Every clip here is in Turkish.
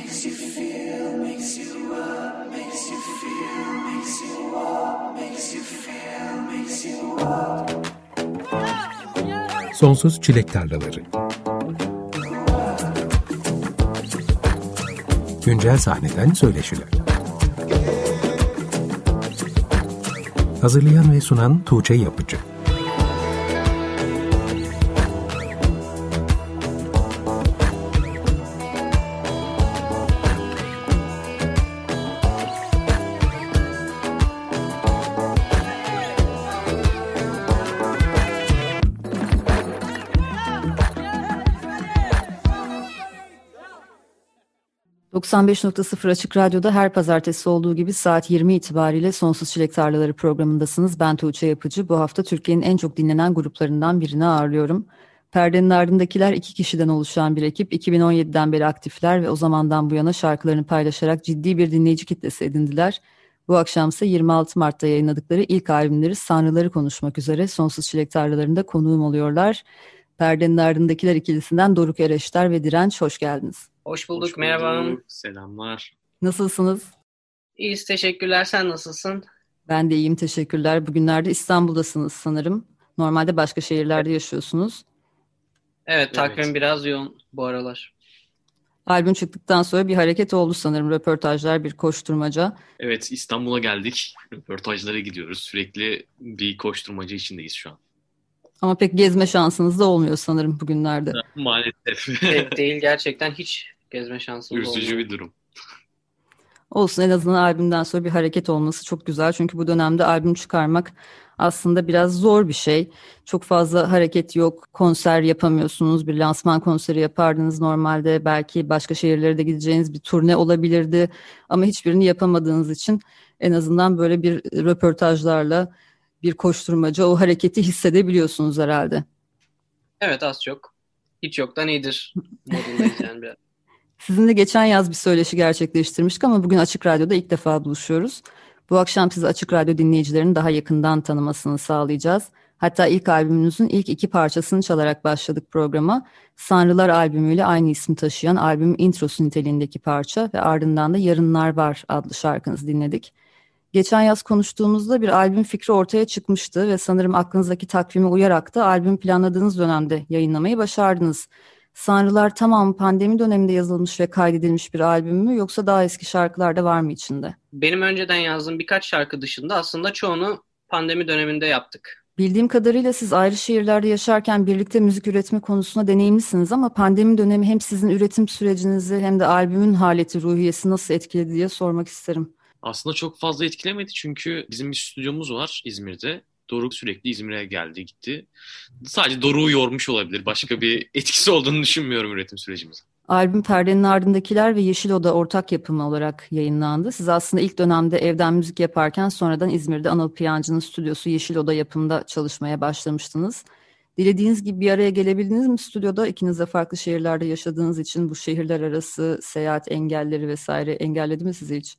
makes you feel, makes you up, makes you feel, makes you walk, makes you feel, makes you walk. Sonsuz Çilek Tarlaları. Güncel sahneden söyleşiler. Hazırlayan ve sunan Tuğçe Yapıcı. ...95.0 Açık Radyo'da her pazartesi olduğu gibi saat 20 itibariyle Sonsuz Çilek Tarlaları programındasınız. Ben Tuğçe Yapıcı. Bu hafta Türkiye'nin en çok dinlenen gruplarından birini ağırlıyorum. Perdenin ardındakiler 2 kişiden oluşan bir ekip. 2017'den beri aktifler ve o zamandan bu yana şarkılarını paylaşarak ciddi bir dinleyici kitlesi edindiler. Bu akşam ise 26 Mart'ta yayınladıkları ilk albümleri Sanrıları konuşmak üzere Sonsuz Çilek Tarlaları'nda konuğum oluyorlar. Perdenin ardındakiler ikilisinden Doruk Ereşter ve Direnç, hoş geldiniz. Hoş bulduk, merhaba. Selamlar. Nasılsınız? İyiyiz, teşekkürler. Sen nasılsın? Ben de iyiyim, teşekkürler. Bugünlerde İstanbul'dasınız sanırım. Normalde başka şehirlerde yaşıyorsunuz. Evet, takvim biraz yoğun bu aralar. Albüm çıktıktan sonra bir hareket oldu sanırım. Röportajlar, bir koşturmaca. Evet, İstanbul'a geldik. Röportajlara gidiyoruz. Sürekli bir koşturmaca içindeyiz şu an. Ama pek gezme şansınız da olmuyor sanırım bugünlerde. Maalesef. Değil, gerçekten hiç gezme şansımız olmuyor. Üzücü bir durum. Olsun, en azından albümden sonra bir hareket olması çok güzel. Çünkü bu dönemde albüm çıkarmak aslında biraz zor bir şey. Çok fazla hareket yok, konser yapamıyorsunuz. Bir lansman konseri yapardınız normalde. Belki başka şehirlere de gideceğiniz bir turne olabilirdi. Ama hiçbirini yapamadığınız için en azından böyle bir röportajlarla, bir koşturmaca o hareketi hissedebiliyorsunuz herhalde. Evet, az çok. Hiç yoktan iyidir modundayız yani biraz. Sizinle geçen yaz bir söyleşi gerçekleştirmiştik ama bugün Açık Radyo'da ilk defa buluşuyoruz. Bu akşam size Açık Radyo dinleyicilerinin daha yakından tanımasını sağlayacağız. Hatta ilk albümünüzün ilk 2 parçasını çalarak başladık programa. Sanrılar albümüyle aynı ismi taşıyan albümün introsu niteliğindeki parça ve ardından da Yarınlar Var adlı şarkınızı dinledik. Geçen yaz konuştuğumuzda bir albüm fikri ortaya çıkmıştı ve sanırım aklınızdaki takvime uyarak da albüm planladığınız dönemde yayınlamayı başardınız. Sanrılar tamam pandemi döneminde yazılmış ve kaydedilmiş bir albüm mü, yoksa daha eski şarkılar da var mı içinde? Benim önceden yazdığım birkaç şarkı dışında aslında çoğunu pandemi döneminde yaptık. Bildiğim kadarıyla siz ayrı şehirlerde yaşarken birlikte müzik üretme konusunda deneyimlisiniz ama pandemi dönemi hem sizin üretim sürecinizi hem de albümün haleti ruhiyesi nasıl etkiledi diye sormak isterim. Aslında çok fazla etkilemedi çünkü bizim bir stüdyomuz var İzmir'de. Doruk sürekli İzmir'e geldi gitti. Sadece Doruk'u yormuş olabilir. Başka bir etkisi olduğunu düşünmüyorum üretim sürecimize. Albüm Perdenin Ardındakiler ve Yeşil Oda ortak yapımı olarak yayınlandı. Siz aslında ilk dönemde evden müzik yaparken sonradan İzmir'de Anıl Piyancı'nın stüdyosu Yeşil Oda yapımında çalışmaya başlamıştınız. Dilediğiniz gibi bir araya gelebildiniz mi stüdyoda? İkiniz de farklı şehirlerde yaşadığınız için bu şehirler arası seyahat engelleri vesaire engelledi mi sizi hiç?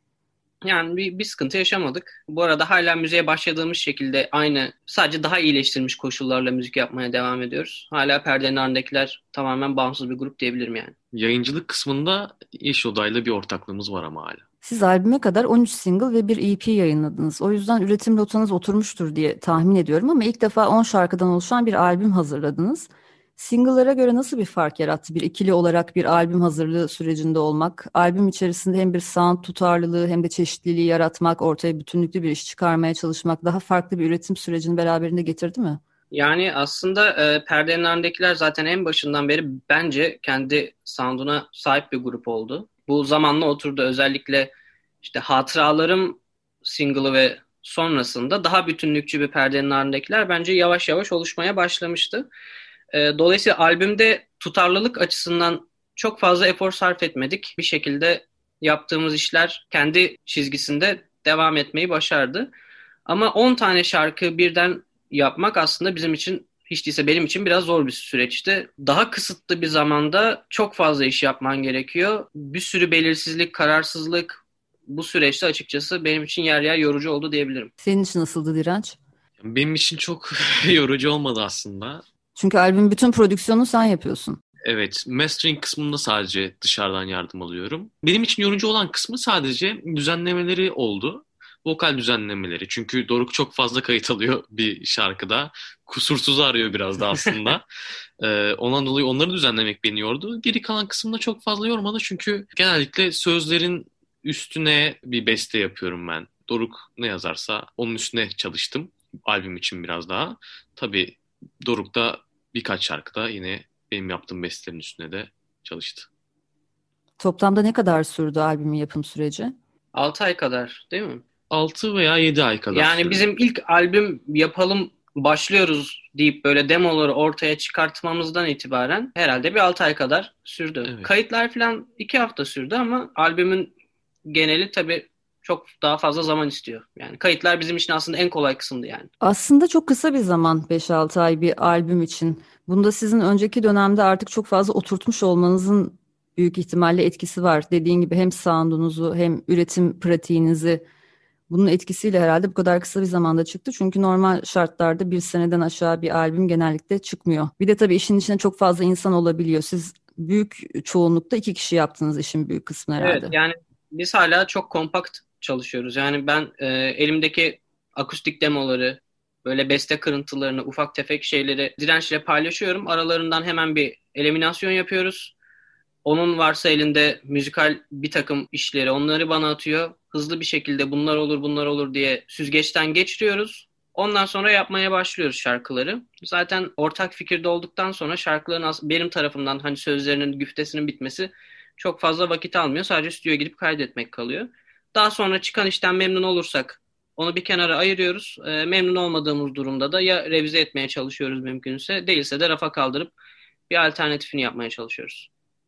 Yani bir sıkıntı yaşamadık. Bu arada hala müziğe başladığımız şekilde aynı, sadece daha iyileştirilmiş koşullarla müzik yapmaya devam ediyoruz. Hala Perdenin Ardındakiler tamamen bağımsız bir grup diyebilirim yani. Yayıncılık kısmında Yeşil Oda'yla bir ortaklığımız var ama hala. Siz albüme kadar 13 single ve bir EP yayınladınız. O yüzden üretim rotanız oturmuştur diye tahmin ediyorum ama ilk defa 10 şarkıdan oluşan bir albüm hazırladınız. Single'lara göre nasıl bir fark yarattı bir ikili olarak bir albüm hazırlığı sürecinde olmak? Albüm içerisinde hem bir sound tutarlılığı hem de çeşitliliği yaratmak, ortaya bütünlüklü bir iş çıkarmaya çalışmak daha farklı bir üretim sürecini beraberinde getirdi mi? Yani aslında Perdenin Ardındakiler zaten en başından beri bence kendi sound'una sahip bir grup oldu. Bu zamanla oturdu. Özellikle işte Hatıralarım single'ı ve sonrasında daha bütünlükçü bir Perdenin Ardındakiler bence yavaş yavaş oluşmaya başlamıştı. Dolayısıyla albümde tutarlılık açısından çok fazla efor sarf etmedik. Bir şekilde yaptığımız işler kendi çizgisinde devam etmeyi başardı. Ama 10 tane şarkı birden yapmak aslında bizim için, hiç değilse benim için biraz zor bir süreçti. Daha kısıtlı bir zamanda çok fazla iş yapman gerekiyor. Bir sürü belirsizlik, kararsızlık bu süreçte açıkçası benim için yer yer yorucu oldu diyebilirim. Senin için nasıldı Direnç? Benim için çok yorucu olmadı aslında. Çünkü albümün bütün prodüksiyonunu sen yapıyorsun. Evet, mastering kısmında sadece dışarıdan yardım alıyorum. Benim için yorucu olan kısmı sadece düzenlemeleri oldu. Vokal düzenlemeleri. Çünkü Doruk çok fazla kayıt alıyor bir şarkıda. Kusursuzu arıyor biraz da aslında. Ondan dolayı onları düzenlemek beni yordu. Geri kalan kısımda çok fazla yormadı. Çünkü genellikle sözlerin üstüne bir beste yapıyorum ben. Doruk ne yazarsa onun üstüne çalıştım. Albüm için biraz daha. Tabii Doruk da birkaç şarkıda yine benim yaptığım bestelerin üstüne de çalıştı. Toplamda ne kadar sürdü albümün yapım süreci? 6 ay kadar değil mi? 6 veya 7 ay kadar Yani sürdü. bizim ilk albüm yapalım başlıyoruz deyip böyle demoları ortaya çıkartmamızdan itibaren herhalde bir 6 ay kadar sürdü. Evet. Kayıtlar falan 2 hafta sürdü ama albümün geneli tabii çok daha fazla zaman istiyor. Yani kayıtlar bizim için aslında en kolay kısımdı yani. Aslında çok kısa bir zaman 5-6 ay bir albüm için. Bunda sizin önceki dönemde artık çok fazla oturtmuş olmanızın büyük ihtimalle etkisi var. Dediğin gibi hem sound'unuzu hem üretim pratiğinizi bunun etkisiyle herhalde bu kadar kısa bir zamanda çıktı. Çünkü normal şartlarda bir seneden aşağı bir albüm genellikle çıkmıyor. Bir de tabii işin içinde çok fazla insan olabiliyor. Siz büyük çoğunlukta 2 kişi yaptınız işin büyük kısmını herhalde. Evet, yani biz hala çok kompakt çalışıyoruz. Yani ben elimdeki akustik demoları, böyle beste kırıntılarını, ufak tefek şeyleri Direnç'le paylaşıyorum. Aralarından hemen bir eliminasyon yapıyoruz. Onun varsa elinde müzikal bir takım işleri, onları bana atıyor. Hızlı bir şekilde bunlar olur, bunlar olur diye süzgeçten geçiriyoruz. Ondan sonra yapmaya başlıyoruz şarkıları. Zaten ortak fikirde olduktan sonra şarkıların benim tarafımdan hani sözlerinin güftesinin bitmesi çok fazla vakit almıyor. Sadece stüdyoya gidip kaydetmek kalıyor. Daha sonra çıkan işten memnun olursak onu bir kenara ayırıyoruz. Memnun olmadığımız durumda da ya revize etmeye çalışıyoruz mümkünse, değilse de rafa kaldırıp bir alternatifini yapmaya çalışıyoruz.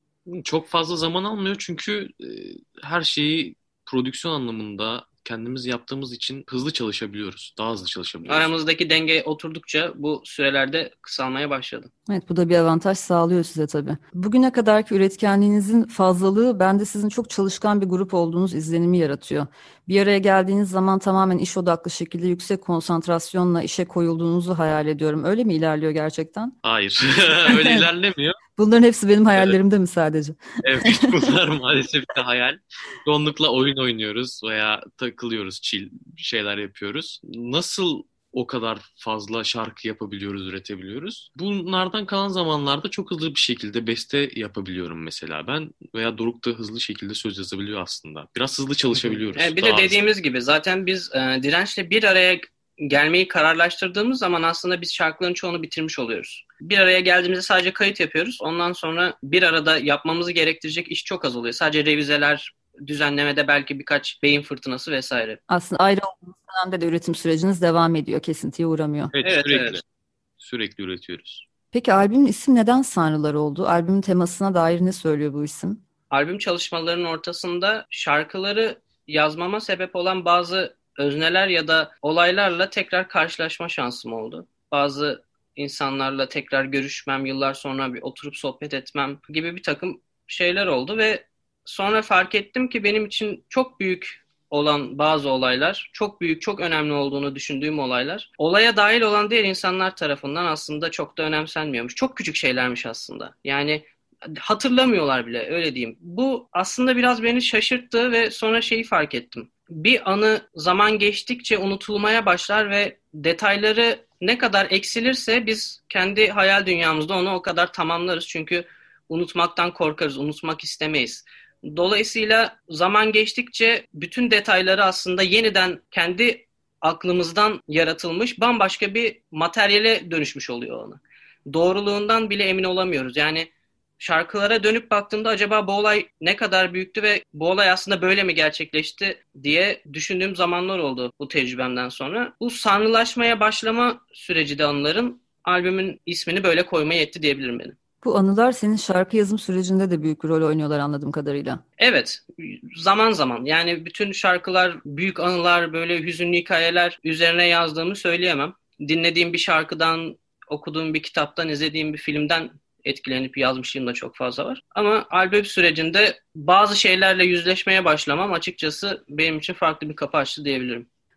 Çok fazla zaman almıyor çünkü her şeyi prodüksiyon anlamında kendimiz yaptığımız için hızlı çalışabiliyoruz. Daha hızlı çalışabiliyoruz. Aramızdaki denge oturdukça bu sürelerde kısalmaya başladı. Evet, bu da bir avantaj sağlıyor size tabii. Bugüne kadarki üretkenliğinizin fazlalığı bende sizin çok çalışkan bir grup olduğunuz izlenimi yaratıyor. Bir araya geldiğiniz zaman tamamen iş odaklı şekilde yüksek konsantrasyonla işe koyulduğunuzu hayal ediyorum. Öyle mi ilerliyor gerçekten? Hayır, öyle ilerlemiyor. Bunların hepsi benim hayallerimde mi sadece? Evet, bunlar maalesef de hayal. Çoğunlukla oyun oynuyoruz veya takılıyoruz, chill şeyler yapıyoruz. Nasıl o kadar fazla şarkı yapabiliyoruz, üretebiliyoruz? Bunlardan kalan zamanlarda çok hızlı bir şekilde beste yapabiliyorum mesela ben. Veya Doruk da hızlı şekilde söz yazabiliyor aslında. Biraz hızlı çalışabiliyoruz. Bir Daha de dediğimiz gibi zaten biz Direnç'le bir araya gelmeyi kararlaştırdığımız zaman aslında biz şarkıların çoğunu bitirmiş oluyoruz. Bir araya geldiğimizde sadece kayıt yapıyoruz. Ondan sonra bir arada yapmamızı gerektirecek iş çok az oluyor. Sadece revizeler, düzenlemede belki birkaç beyin fırtınası vesaire. Aslında ayrı olduğunuz dönemde de üretim süreciniz devam ediyor. Kesintiye uğramıyor. Evet, Evet, evet. Sürekli üretiyoruz. Peki albümün ismi neden Sanrılar oldu? Albümün temasına dair ne söylüyor bu isim? Albüm çalışmalarının ortasında şarkıları yazmama sebep olan bazı özneler ya da olaylarla tekrar karşılaşma şansım oldu. Bazı insanlarla tekrar görüşmem, yıllar sonra bir oturup sohbet etmem gibi bir takım şeyler oldu ve sonra fark ettim ki benim için çok büyük olan bazı olaylar, çok büyük, çok önemli olduğunu düşündüğüm olaylar, olaya dahil olan diğer insanlar tarafından aslında çok da önemsenmiyormuş. Çok küçük şeylermiş aslında. Yani hatırlamıyorlar bile, öyle diyeyim. Bu aslında biraz beni şaşırttı ve sonra şeyi fark ettim. Bir anı zaman geçtikçe unutulmaya başlar ve detayları ne kadar eksilirse biz kendi hayal dünyamızda onu o kadar tamamlarız. Çünkü unutmaktan korkarız, unutmak istemeyiz. Dolayısıyla zaman geçtikçe bütün detayları aslında yeniden kendi aklımızdan yaratılmış bambaşka bir materyale dönüşmüş oluyor onu. Doğruluğundan bile emin olamıyoruz. Yani şarkılara dönüp baktığımda acaba bu olay ne kadar büyüktü ve bu olay aslında böyle mi gerçekleşti diye düşündüğüm zamanlar oldu bu tecrübemden sonra. Bu sanrılaşmaya başlama süreci de anıların albümün ismini böyle koymaya yetti diyebilirim benim. Bu anılar senin şarkı yazım sürecinde de büyük bir rol oynuyorlar anladığım kadarıyla. Evet, zaman zaman. Yani bütün şarkılar, büyük anılar, böyle hüzünlü hikayeler üzerine yazdığımı söyleyemem. Dinlediğim bir şarkıdan, okuduğum bir kitaptan, izlediğim bir filmden etkilenip yazmışlığım da çok fazla var. Ama albüm sürecinde bazı şeylerle yüzleşmeye başlamam açıkçası benim için farklı bir kapı açtı diyebilirim.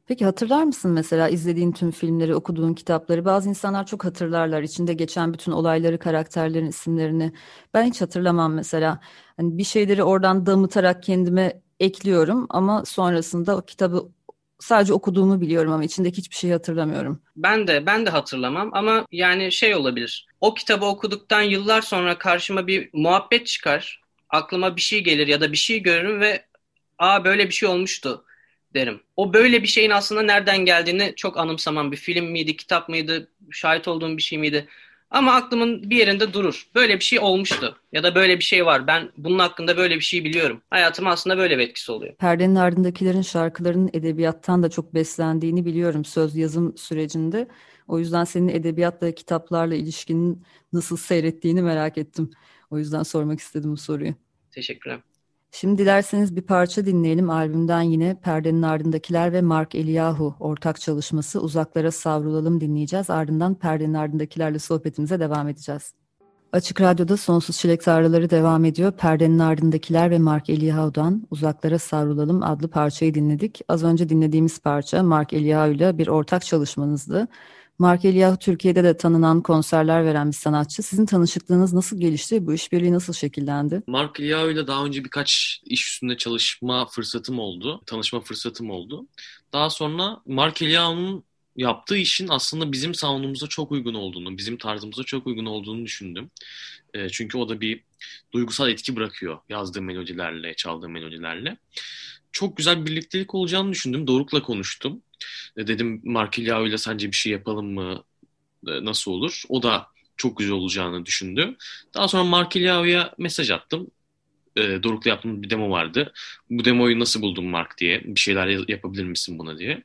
Peki hatırlar mısın mesela izlediğin tüm filmleri, okuduğun kitapları? Bazı insanlar çok hatırlarlar içinde geçen bütün olayları, karakterlerin isimlerini. Ben hiç hatırlamam mesela. Hani bir şeyleri oradan damıtarak kendime ekliyorum ama sonrasında o kitabı sadece okuduğumu biliyorum ama içindeki hiçbir şeyi hatırlamıyorum. Ben de hatırlamam ama yani şey olabilir. O kitabı okuduktan yıllar sonra karşıma bir muhabbet çıkar. Aklıma bir şey gelir ya da bir şey görürüm ve aa böyle bir şey olmuştu derim. O böyle bir şeyin aslında nereden geldiğini çok anımsamam. Bir film miydi, kitap mıydı, şahit olduğum bir şey miydi? Ama aklımın bir yerinde durur. Böyle bir şey olmuştu ya da böyle bir şey var. Ben bunun hakkında böyle bir şey biliyorum. Hayatıma aslında böyle bir etkisi oluyor. Perdenin ardındakilerin şarkılarının edebiyattan da çok beslendiğini biliyorum söz yazım sürecinde. O yüzden senin edebiyatla, kitaplarla ilişkinin nasıl seyrettiğini merak ettim. O yüzden sormak istedim bu soruyu. Teşekkürler. Şimdi dilerseniz bir parça dinleyelim albümden yine Perdenin Ardındakiler ve Mark Eliyahu ortak çalışması Uzaklara Savrulalım dinleyeceğiz. Ardından Perdenin Ardındakilerle sohbetimize devam edeceğiz. Açık Radyo'da Sonsuz Çilek Tarlaları devam ediyor. Perdenin Ardındakiler ve Mark Eliyahu'dan Uzaklara Savrulalım adlı parçayı dinledik. Az önce dinlediğimiz parça Mark Eliyahu'yla bir ortak çalışmanızdı. Mark Eliyahu Türkiye'de de tanınan konserler veren bir sanatçı. Sizin tanışıklığınız nasıl gelişti? Bu işbirliği nasıl şekillendi? Mark Liao ile daha önce birkaç iş üstünde çalışma fırsatım oldu. Tanışma fırsatım oldu. Daha sonra Mark Liao'nun yaptığı işin aslında bizim sound'umuza çok uygun olduğunu, bizim tarzımıza çok uygun olduğunu düşündüm. Çünkü o da bir duygusal etki bırakıyor yazdığı melodilerle, çaldığı melodilerle. Çok güzel bir birliktelik olacağını düşündüm. Doruk'la konuştum. Dedim Mark Liao ile sence bir şey yapalım mı? Nasıl olur? O da çok güzel olacağını düşündü. Daha sonra Mark Eliyahu'ya mesaj attım. Doruk'la yaptığım bir demo vardı. Bu demoyu nasıl buldun Mark diye. Bir şeyler yapabilir misin buna diye.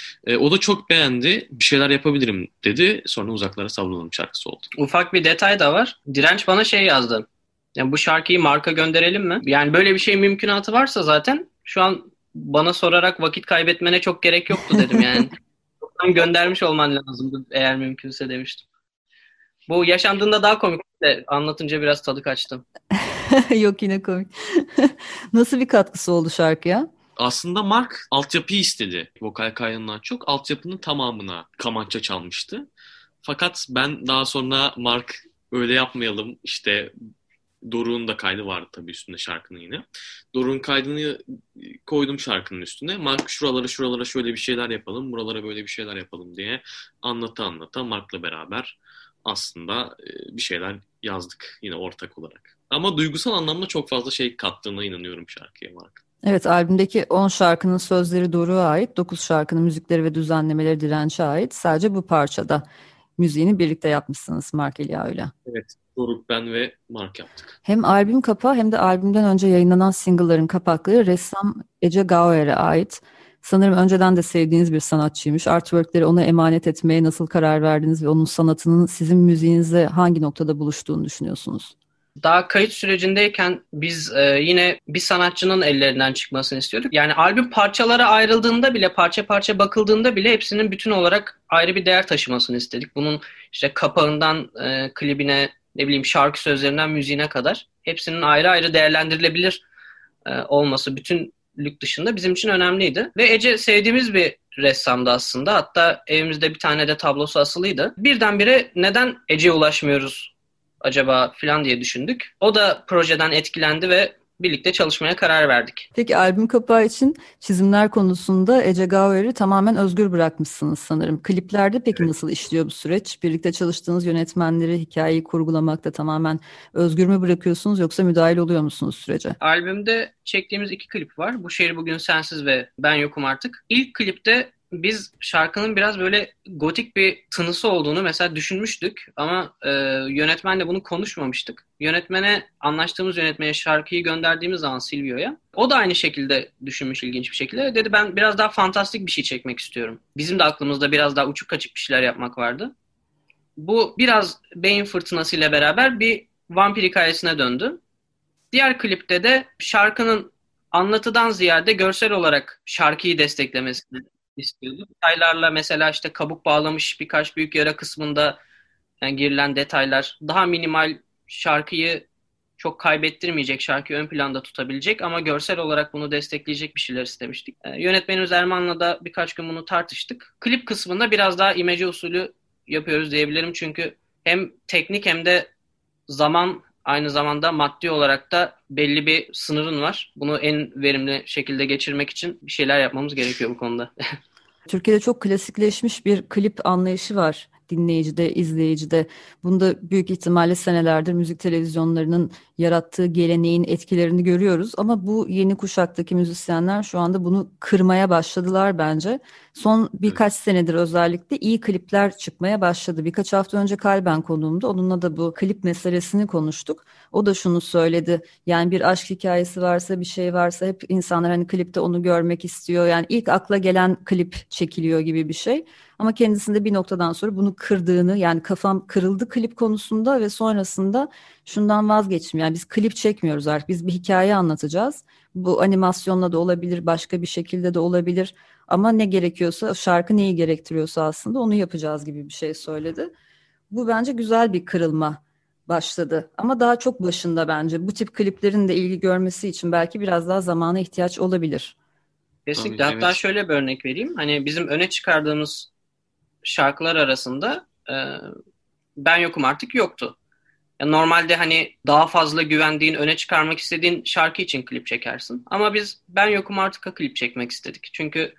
O da çok beğendi. Bir şeyler yapabilirim dedi. Sonra Uzaklara Savrulalım şarkısı oldu. Ufak bir detay da var. Direnç bana şey yazdı. Yani bu şarkıyı Mark'a gönderelim mi? Yani böyle bir şey mümkünatı varsa zaten şu an bana sorarak vakit kaybetmene çok gerek yoktu dedim yani. Çoktan göndermiş olman lazımdı eğer mümkünse demiştim. Bu yaşandığında daha komik de anlatınca biraz tadı kaçtı. Yok yine komik. Nasıl bir katkısı oldu şarkıya? Aslında Mark altyapıyı istedi. Vokal kaydından çok altyapının tamamına kamança çalmıştı. Fakat ben daha sonra Mark öyle yapmayalım işte Doruk'un da kaydı vardı tabii üstünde şarkının yine. Doruk'un kaydını koydum şarkının üstüne. Mark şuralara şöyle bir şeyler yapalım, buralara böyle bir şeyler yapalım diye anlata Mark'la beraber aslında bir şeyler yazdık yine ortak olarak. Ama duygusal anlamda çok fazla şey kattığına inanıyorum şarkıya Mark. Evet, albümdeki 10 şarkının sözleri Doruk'a ait, 9 şarkının müzikleri ve düzenlemeleri Direnç'e ait. Sadece bu parçada müziğini birlikte yapmışsınız Mark Eliyahu'yla. Evet, Doruk, ben ve Mark yaptık. Hem albüm kapağı hem de albümden önce yayınlanan single'ların kapakları ressam Ece Gauer'e ait. Sanırım önceden de sevdiğiniz bir sanatçıymış. Artwork'leri ona emanet etmeye nasıl karar verdiniz ve onun sanatının sizin müziğinizle hangi noktada buluştuğunu düşünüyorsunuz? Daha kayıt sürecindeyken biz yine bir sanatçının ellerinden çıkmasını istiyorduk. Yani albüm parçalara ayrıldığında bile, parça parça bakıldığında bile hepsinin bütün olarak ayrı bir değer taşımasını istedik. Bunun işte kapağından klibine, ne bileyim şarkı sözlerinden müziğine kadar hepsinin ayrı ayrı değerlendirilebilir olması bütünlük dışında bizim için önemliydi. Ve Ece sevdiğimiz bir ressamdı aslında. Hatta evimizde bir tane de tablosu asılıydı. Birdenbire neden Ece'ye ulaşmıyoruz acaba falan diye düşündük. O da projeden etkilendi ve birlikte çalışmaya karar verdik. Peki albüm kapağı için çizimler konusunda Ece Gauer'i tamamen özgür bırakmışsınız sanırım. Kliplerde peki nasıl işliyor bu süreç? Birlikte çalıştığınız yönetmenleri hikayeyi kurgulamakta tamamen özgür mü bırakıyorsunuz yoksa müdahil oluyor musunuz sürece? Albümde çektiğimiz 2 klip var. Bu Şehir Bugün Sensiz ve Ben Yokum Artık. İlk klipte biz şarkının biraz böyle gotik bir tınısı olduğunu mesela düşünmüştük ama yönetmenle bunu konuşmamıştık. Anlaştığımız yönetmene şarkıyı gönderdiğimiz zaman Silvio'ya, o da aynı şekilde düşünmüş ilginç bir şekilde. Dedi ben biraz daha fantastik bir şey çekmek istiyorum. Bizim de aklımızda biraz daha uçuk kaçık bir şeyler yapmak vardı. Bu biraz beyin fırtınasıyla beraber bir vampir hikayesine döndü. Diğer klipte de şarkının anlatıdan ziyade görsel olarak şarkıyı desteklemesini istiyorduk. Detaylarla mesela işte kabuk bağlamış birkaç büyük yara kısmında yani girilen detaylar daha minimal, şarkıyı çok kaybettirmeyecek, şarkıyı ön planda tutabilecek ama görsel olarak bunu destekleyecek bir şeyler istemiştik. Yönetmenimiz Erman'la da birkaç gün bunu tartıştık. Klip kısmında biraz daha imece usulü yapıyoruz diyebilirim. Çünkü hem teknik hem de zaman, aynı zamanda maddi olarak da belli bir sınırın var. Bunu en verimli şekilde geçirmek için bir şeyler yapmamız gerekiyor bu konuda. Türkiye'de çok klasikleşmiş bir klip anlayışı var dinleyicide, izleyicide. Bunda büyük ihtimalle senelerdir müzik televizyonlarının yarattığı geleneğin etkilerini görüyoruz. Ama bu yeni kuşaktaki müzisyenler şu anda bunu kırmaya başladılar bence. Son birkaç senedir özellikle iyi klipler çıkmaya başladı. Birkaç hafta önce Kalben konuğumdu. Onunla da bu klip meselesini konuştuk. O da şunu söyledi. Yani bir aşk hikayesi varsa, bir şey varsa hep insanlar hani klipte onu görmek istiyor. Yani ilk akla gelen klip çekiliyor gibi bir şey. Ama kendisinde bir noktadan sonra bunu kırdığını, yani kafam kırıldı klip konusunda ve sonrasında şundan vazgeçtim. Yani biz klip çekmiyoruz artık. Biz bir hikaye anlatacağız. Bu animasyonla da olabilir, başka bir şekilde de olabilir. Ama ne gerekiyorsa, şarkı neyi gerektiriyorsa aslında onu yapacağız gibi bir şey söyledi. Bu bence güzel bir kırılma başladı. Ama daha çok başında bence. Bu tip kliplerin de ilgi görmesi için belki biraz daha zamana ihtiyaç olabilir. Kesinlikle. Tabii, Hatta evet. şöyle bir örnek vereyim. Hani bizim öne çıkardığımız şarkılar arasında Ben Yokum Artık yoktu. Ya normalde hani daha fazla güvendiğin, öne çıkarmak istediğin şarkı için klip çekersin. Ama biz Ben Yokum Artık'a klip çekmek istedik. Çünkü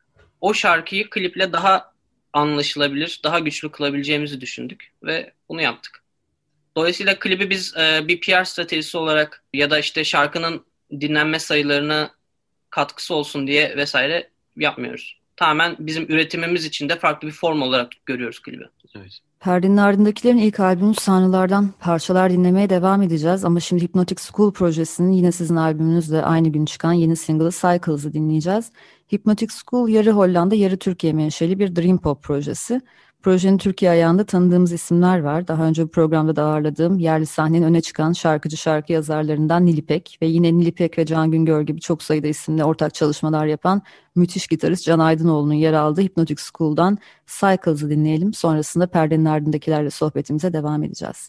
o şarkıyı kliple daha anlaşılabilir, daha güçlü kılabileceğimizi düşündük ve bunu yaptık. Dolayısıyla klibi biz bir PR stratejisi olarak ya da işte şarkının dinlenme sayılarına katkısı olsun diye vesaire yapmıyoruz. Tamamen bizim üretimimiz için de farklı bir form olarak görüyoruz klibi. Evet. Perdenin ardındakilerin ilk albümü Sanrılardan parçalar dinlemeye devam edeceğiz. Ama şimdi Hypnotic School projesinin yine sizin albümünüzle aynı gün çıkan yeni single'ı Cycles'ı dinleyeceğiz. Hypnotic School yarı Hollanda yarı Türkiye menşeli bir Dream Pop projesi. Projenin Türkiye ayağında tanıdığımız isimler var. Daha önce bu programda da ağırladığım yerli sahnenin öne çıkan şarkıcı şarkı yazarlarından Nilipek ve yine Nilipek ve Can Güngör gibi çok sayıda isimle ortak çalışmalar yapan müthiş gitarist Can Aydınoğlu'nun yer aldığı Hypnotic School'dan Cycles'ı dinleyelim. Sonrasında perdenin ardındakilerle sohbetimize devam edeceğiz.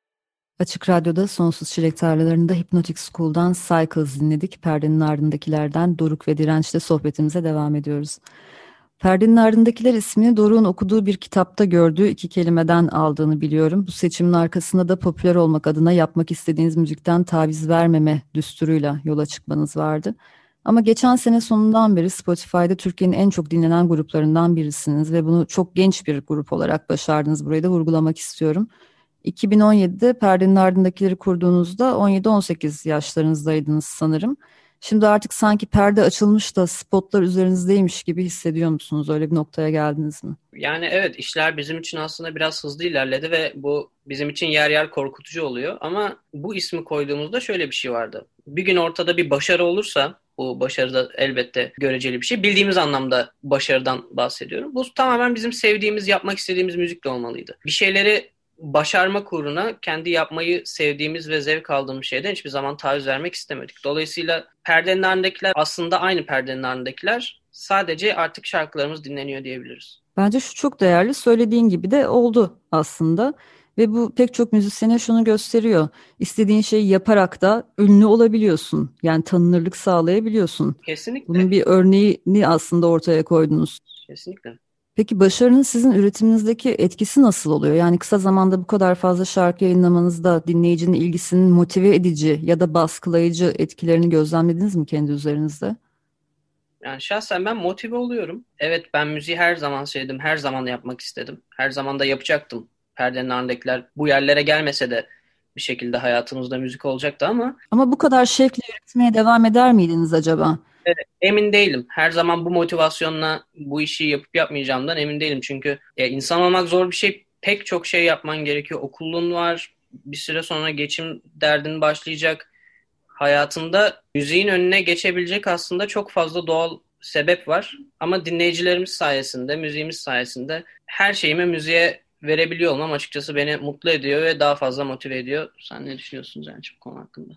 Açık Radyo'da Sonsuz Çilek Tarlaları'nda Hypnotic School'dan Cycles dinledik. Perdenin ardındakilerden Doruk ve Direnç'le sohbetimize devam ediyoruz. Perdenin ardındakiler ismini Doruk'un okuduğu bir kitapta gördüğü iki kelimeden aldığını biliyorum. Bu seçimin arkasında da popüler olmak adına yapmak istediğiniz müzikten taviz vermeme düsturuyla yola çıkmanız vardı. Ama geçen sene sonundan beri Spotify'da Türkiye'nin en çok dinlenen gruplarından birisiniz ve bunu çok genç bir grup olarak başardınız. Burayı da vurgulamak istiyorum. 2017'de Perdenin Ardındakileri kurduğunuzda 17-18 yaşlarınızdaydınız sanırım. Şimdi artık sanki perde açılmış da spotlar üzerinizdeymiş gibi hissediyor musunuz? Öyle bir noktaya geldiniz mi? Yani evet, işler bizim için aslında biraz hızlı ilerledi ve bu bizim için yer yer korkutucu oluyor. Ama bu ismi koyduğumuzda şöyle bir şey vardı. Bir gün ortada bir başarı olursa, bu başarı da elbette göreceli bir şey. Bildiğimiz anlamda başarıdan bahsediyorum. Bu tamamen bizim sevdiğimiz, yapmak istediğimiz müzikle olmalıydı. Bir şeyleri başarmak uğruna kendi yapmayı sevdiğimiz ve zevk aldığımız şeyden hiçbir zaman taviz vermek istemedik. Dolayısıyla perdenin ardındakiler aslında aynı perdenin ardındakiler. Sadece artık şarkılarımız dinleniyor diyebiliriz. Bence şu çok değerli, söylediğin gibi de oldu aslında. Ve bu pek çok müzisyene şunu gösteriyor. İstediğin şeyi yaparak da ünlü olabiliyorsun. Yani tanınırlık sağlayabiliyorsun. Kesinlikle. Bunun bir örneğini aslında ortaya koydunuz. Kesinlikle. Peki başarının sizin üretiminizdeki etkisi nasıl oluyor? Yani kısa zamanda bu kadar fazla şarkı yayınlamanızda dinleyicinin ilgisinin motive edici ya da baskılayıcı etkilerini gözlemlediniz mi kendi üzerinizde? Yani şahsen ben motive oluyorum. Evet, ben müziği her zaman sevdim, her zaman yapmak istedim. Her zaman da yapacaktım. Perdenin ardındakiler bu yerlere gelmese de bir şekilde hayatımızda müzik olacaktı ama Ama bu kadar şevkle üretmeye devam eder miydiniz acaba? emin değilim. Her zaman bu motivasyonla bu işi yapıp yapmayacağımdan emin değilim. Çünkü insan olmak zor bir şey. Pek çok şey yapman gerekiyor. Okulun var. Bir süre sonra geçim derdin başlayacak. Hayatında müziğin önüne geçebilecek aslında çok fazla doğal sebep var. Ama dinleyicilerimiz sayesinde, müziğimiz sayesinde her şeyimi müziğe verebiliyor olmam açıkçası beni mutlu ediyor ve daha fazla motive ediyor. Sen ne düşünüyorsun Cenç bu konu hakkında?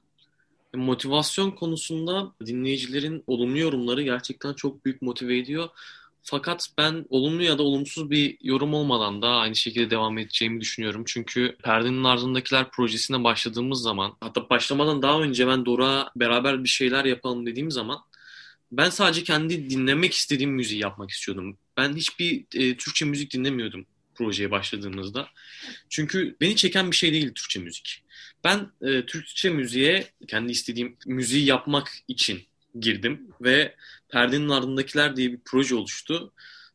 Motivasyon konusunda dinleyicilerin olumlu yorumları gerçekten çok büyük motive ediyor. Fakat ben olumlu ya da olumsuz bir yorum olmadan da aynı şekilde devam edeceğimi düşünüyorum. Çünkü Perdenin Ardındakiler projesine başladığımız zaman, hatta başlamadan daha önce ben Doruk'a beraber bir şeyler yapalım dediğim zaman ben sadece kendi dinlemek istediğim müziği yapmak istiyordum. Ben hiçbir Türkçe müzik dinlemiyordum projeye başladığımızda. Çünkü beni çeken bir şey değil Türkçe müzik. Ben Türkçe müziğe kendi istediğim müziği yapmak için girdim ve Perdenin Ardındakiler diye bir proje oluştu.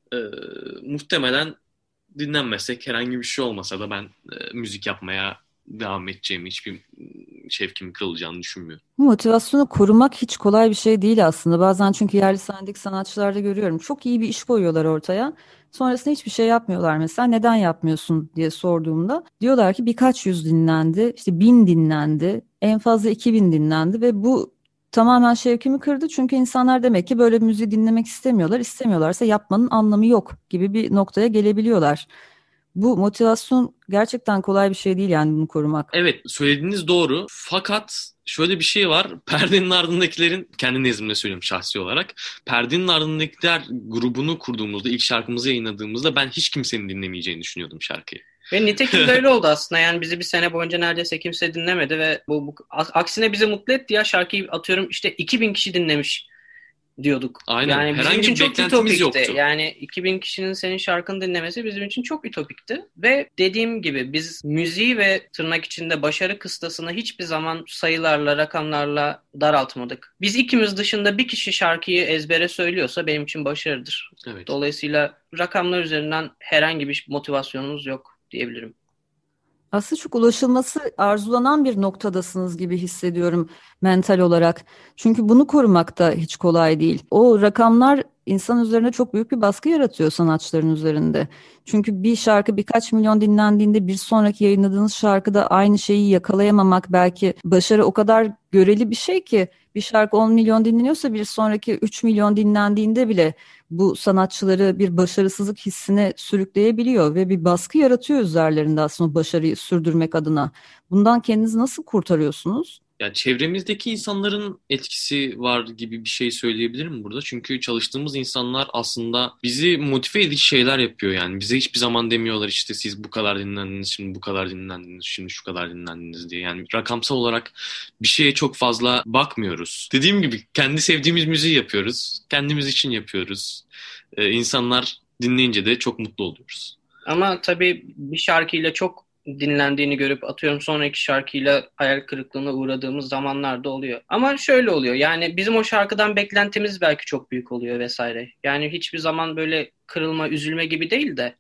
Muhtemelen dinlenmesek herhangi bir şey olmasa da ben müzik yapmaya devam edeceğimi, hiçbir şevkimin kırılacağını düşünmüyorum. Bu motivasyonu korumak hiç kolay bir şey değil aslında. Bazen çünkü yerli sahnedeki sanatçılarda görüyorum. Çok iyi bir iş koyuyorlar ortaya. Sonrasında hiçbir şey yapmıyorlar mesela. Neden yapmıyorsun diye sorduğumda diyorlar ki birkaç yüz dinlendi, işte 1000 dinlendi, en fazla 2000 dinlendi ve bu tamamen şevkimi kırdı. Çünkü insanlar demek ki böyle müziği dinlemek istemiyorlar. İstemiyorlarsa yapmanın anlamı yok gibi bir noktaya gelebiliyorlar. Bu motivasyon gerçekten kolay bir şey değil yani bunu korumak. Evet, söylediğiniz doğru. Fakat şöyle bir şey var. Perdenin Ardındakilerin, kendi nezdimde söylüyorum şahsi olarak. Perdenin Ardındakiler grubunu kurduğumuzda, ilk şarkımızı yayınladığımızda ben hiç kimsenin dinlemeyeceğini düşünüyordum şarkıyı. Ve nitekim de öyle oldu aslında. Yani bizi bir sene boyunca neredeyse kimse dinlemedi ve bu aksine bizi mutlu etti ya, şarkıyı atıyorum işte 2000 kişi dinlemiş diyorduk. Aynen. Yani bizim Herhangi için bir çok beklentimiz ütopikti. yoktu. Yani 2000 kişinin senin şarkını dinlemesi bizim için çok ütopikti. Ve dediğim gibi biz müziği ve tırnak içinde başarı kıstasını hiçbir zaman sayılarla, rakamlarla daraltmadık. Biz ikimiz dışında bir kişi şarkıyı ezbere söylüyorsa benim için başarıdır. Evet. Dolayısıyla rakamlar üzerinden herhangi bir motivasyonumuz yok diyebilirim. Aslında çok ulaşılması arzulanan bir noktadasınız gibi hissediyorum mental olarak. Çünkü bunu korumak da hiç kolay değil. O rakamlar insan üzerine çok büyük bir baskı yaratıyor sanatçıların üzerinde. Çünkü bir şarkı birkaç milyon dinlendiğinde bir sonraki yayınladığınız şarkıda aynı şeyi yakalayamamak belki başarı o kadar göreli bir şey ki bir şarkı 10 milyon dinleniyorsa bir sonraki 3 milyon dinlendiğinde bile bu sanatçıları bir başarısızlık hissine sürükleyebiliyor ve bir baskı yaratıyor üzerlerinde aslında o başarıyı sürdürmek adına. Bundan kendinizi nasıl kurtarıyorsunuz? Yani çevremizdeki insanların etkisi var gibi bir şey söyleyebilirim burada. Çünkü çalıştığımız insanlar aslında bizi motive edici şeyler yapıyor yani. Bize hiçbir zaman demiyorlar işte siz bu kadar dinlendiniz, şimdi bu kadar dinlendiniz, şimdi şu kadar dinlendiniz diye. Yani rakamsal olarak bir şeye çok fazla bakmıyoruz. Dediğim gibi kendi sevdiğimiz müziği yapıyoruz. Kendimiz için yapıyoruz. İnsanlar dinleyince de çok mutlu oluyoruz. Ama tabii bir şarkıyla çok dinlendiğini görüp atıyorum sonraki şarkıyla hayal kırıklığına uğradığımız zamanlar da oluyor. Ama şöyle oluyor, yani bizim o şarkıdan beklentimiz belki çok büyük oluyor vesaire. Yani hiçbir zaman böyle kırılma, üzülme gibi değil de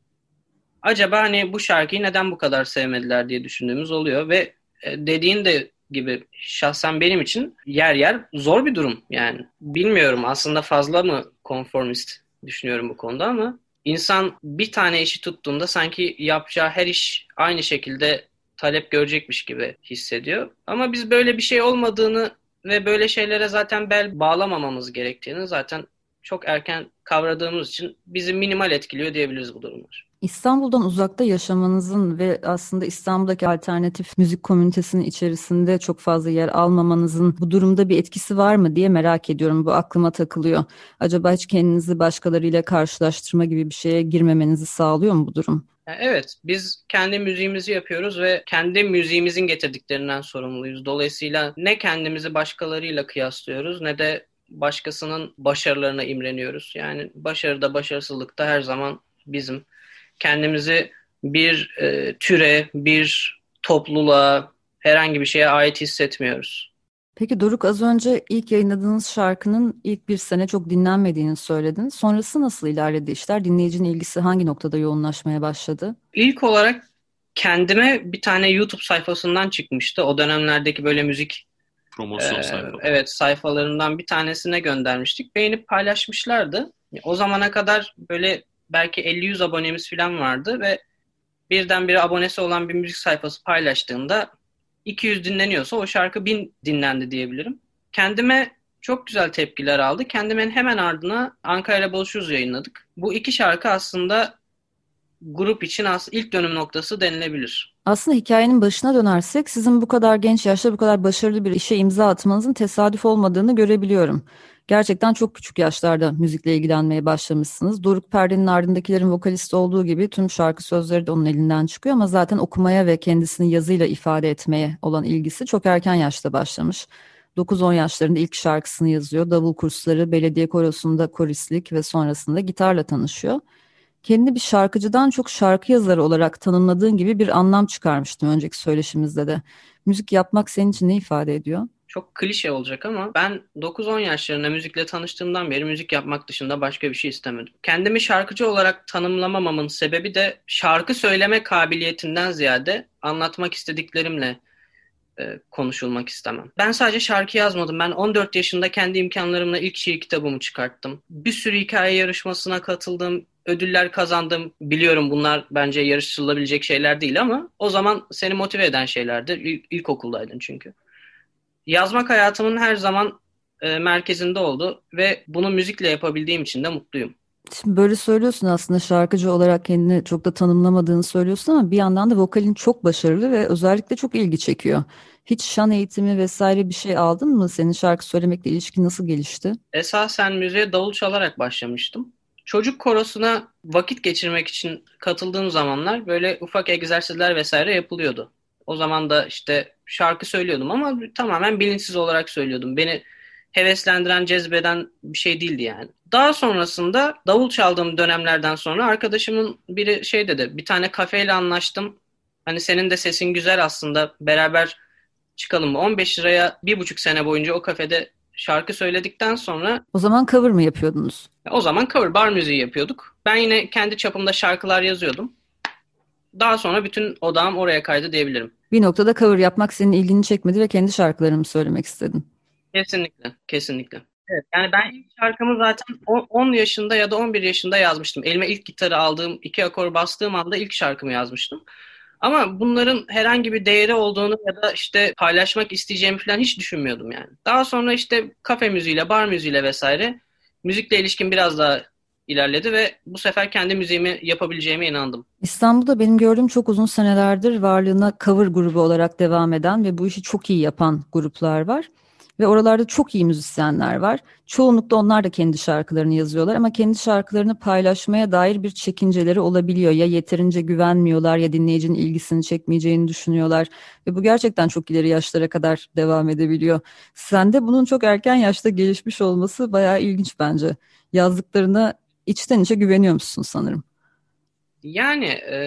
acaba hani bu şarkıyı neden bu kadar sevmediler diye düşündüğümüz oluyor ve dediğin de gibi şahsen benim için yer yer zor bir durum yani. Bilmiyorum aslında fazla mı konformist düşünüyorum bu konuda ama İnsan bir tane işi tuttuğunda sanki yapacağı her iş aynı şekilde talep görecekmiş gibi hissediyor. Ama biz böyle bir şey olmadığını ve böyle şeylere zaten bel bağlamamamız gerektiğini zaten çok erken kavradığımız için bizi minimal etkiliyor diyebiliriz bu durumlar. İstanbul'dan uzakta yaşamanızın ve aslında İstanbul'daki alternatif müzik komünitesinin içerisinde çok fazla yer almamanızın bu durumda bir etkisi var mı diye merak ediyorum. Bu aklıma takılıyor. Acaba hiç kendinizi başkalarıyla karşılaştırma gibi bir şeye girmemenizi sağlıyor mu bu durum? Evet, biz kendi müziğimizi yapıyoruz ve kendi müziğimizin getirdiklerinden sorumluyuz. Dolayısıyla ne kendimizi başkalarıyla kıyaslıyoruz ne de başkasının başarılarına imreniyoruz. Yani başarıda, başarısızlıkta her zaman bizim. Kendimizi bir türe, bir topluluğa, herhangi bir şeye ait hissetmiyoruz. Peki Doruk, az önce ilk yayınladığınız şarkının ilk bir sene çok dinlenmediğini söyledin. Sonrası nasıl ilerledi işler? Dinleyicinin ilgisi hangi noktada yoğunlaşmaya başladı? İlk olarak kendime bir tane YouTube sayfasından çıkmıştı. O dönemlerdeki böyle müzik Promosyon sayfaları. evet, sayfalarından bir tanesine göndermiştik. Beğenip paylaşmışlardı. O zamana kadar böyle belki 50-100 abonemiz falan vardı ve birdenbire abonesi olan bir müzik sayfası paylaştığında 200 dinleniyorsa o şarkı 1000 dinlendi diyebilirim. Kendime çok güzel tepkiler aldı. Kendimin hemen ardına Ankara ile Buluşuruz yayınladık. Bu iki şarkı aslında grup için ilk dönüm noktası denilebilir. Aslında hikayenin başına dönersek sizin bu kadar genç yaşta bu kadar başarılı bir işe imza atmanızın tesadüf olmadığını görebiliyorum. Gerçekten çok küçük yaşlarda müzikle ilgilenmeye başlamışsınız. Doruk Perde'nin Ardındakilerin vokalisti olduğu gibi tüm şarkı sözleri de onun elinden çıkıyor ama zaten okumaya ve kendisini yazıyla ifade etmeye olan ilgisi çok erken yaşta başlamış. 9-10 yaşlarında ilk şarkısını yazıyor. Davul kursları, belediye korosunda koristlik ve sonrasında gitarla tanışıyor. Kendini bir şarkıcıdan çok şarkı yazarı olarak tanımladığın gibi bir anlam çıkarmıştım önceki söyleşimizde de. Müzik yapmak senin için ne ifade ediyor? Çok klişe olacak ama ben 9-10 yaşlarında müzikle tanıştığımdan beri müzik yapmak dışında başka bir şey istemedim. Kendimi şarkıcı olarak tanımlamamamın sebebi de şarkı söyleme kabiliyetinden ziyade anlatmak istediklerimle konuşulmak istemem. Ben sadece şarkı yazmadım. Ben 14 yaşında kendi imkanlarımla ilk şiir kitabımı çıkarttım. Bir sürü hikaye yarışmasına katıldım. Ödüller kazandım. Biliyorum bunlar bence yarışılabilecek şeyler değil ama o zaman seni motive eden şeylerdi. İlkokuldaydın çünkü. Yazmak hayatımın her zaman merkezinde oldu ve bunu müzikle yapabildiğim için de mutluyum. Şimdi böyle söylüyorsun aslında şarkıcı olarak kendini çok da tanımlamadığını söylüyorsun ama bir yandan da vokalin çok başarılı ve özellikle çok ilgi çekiyor. Hiç şan eğitimi vesaire bir şey aldın mı? Senin şarkı söylemekle ilişkin nasıl gelişti? Esasen müziğe davul çalarak başlamıştım. Çocuk korosuna vakit geçirmek için katıldığım zamanlar böyle ufak egzersizler vesaire yapılıyordu. O zaman da işte şarkı söylüyordum ama tamamen bilinçsiz olarak söylüyordum. Beni heveslendiren, cezbeden bir şey değildi yani. Daha sonrasında davul çaldığım dönemlerden sonra arkadaşımın biri şey dedi. Bir tane kafeyle anlaştım. Hani senin de sesin güzel aslında. Beraber çıkalım mı? 15 liraya 1,5 sene boyunca o kafede şarkı söyledikten sonra O zaman cover mı yapıyordunuz? o zaman cover bar müziği yapıyorduk. Ben yine kendi çapımda şarkılar yazıyordum. Daha sonra bütün odağım oraya kaydı diyebilirim. Bir noktada cover yapmak senin ilgini çekmedi ve kendi şarkılarını mı söylemek istedin? Kesinlikle, kesinlikle. Evet, yani ben ilk şarkımı zaten 10 yaşında ya da 11 yaşında yazmıştım. Elime ilk gitarı aldığım, 2 akor bastığım anda ilk şarkımı yazmıştım. Ama bunların herhangi bir değeri olduğunu ya da işte paylaşmak isteyeceğimi falan hiç düşünmüyordum yani. Daha sonra işte kafe müziğiyle, bar müziğiyle vesaire müzikle ilişkin biraz daha ilerledi ve bu sefer kendi müziğimi yapabileceğime inandım. İstanbul'da benim gördüğüm çok uzun senelerdir varlığına cover grubu olarak devam eden ve bu işi çok iyi yapan gruplar var. Ve oralarda çok iyi müzisyenler var. Çoğunlukla onlar da kendi şarkılarını yazıyorlar ama kendi şarkılarını paylaşmaya dair bir çekinceleri olabiliyor. Ya yeterince güvenmiyorlar ya dinleyicinin ilgisini çekmeyeceğini düşünüyorlar. Ve bu gerçekten çok ileri yaşlara kadar devam edebiliyor. Sende bunun çok erken yaşta gelişmiş olması bayağı ilginç bence. Yazdıklarına içten içe güveniyormuşsun sanırım. Yani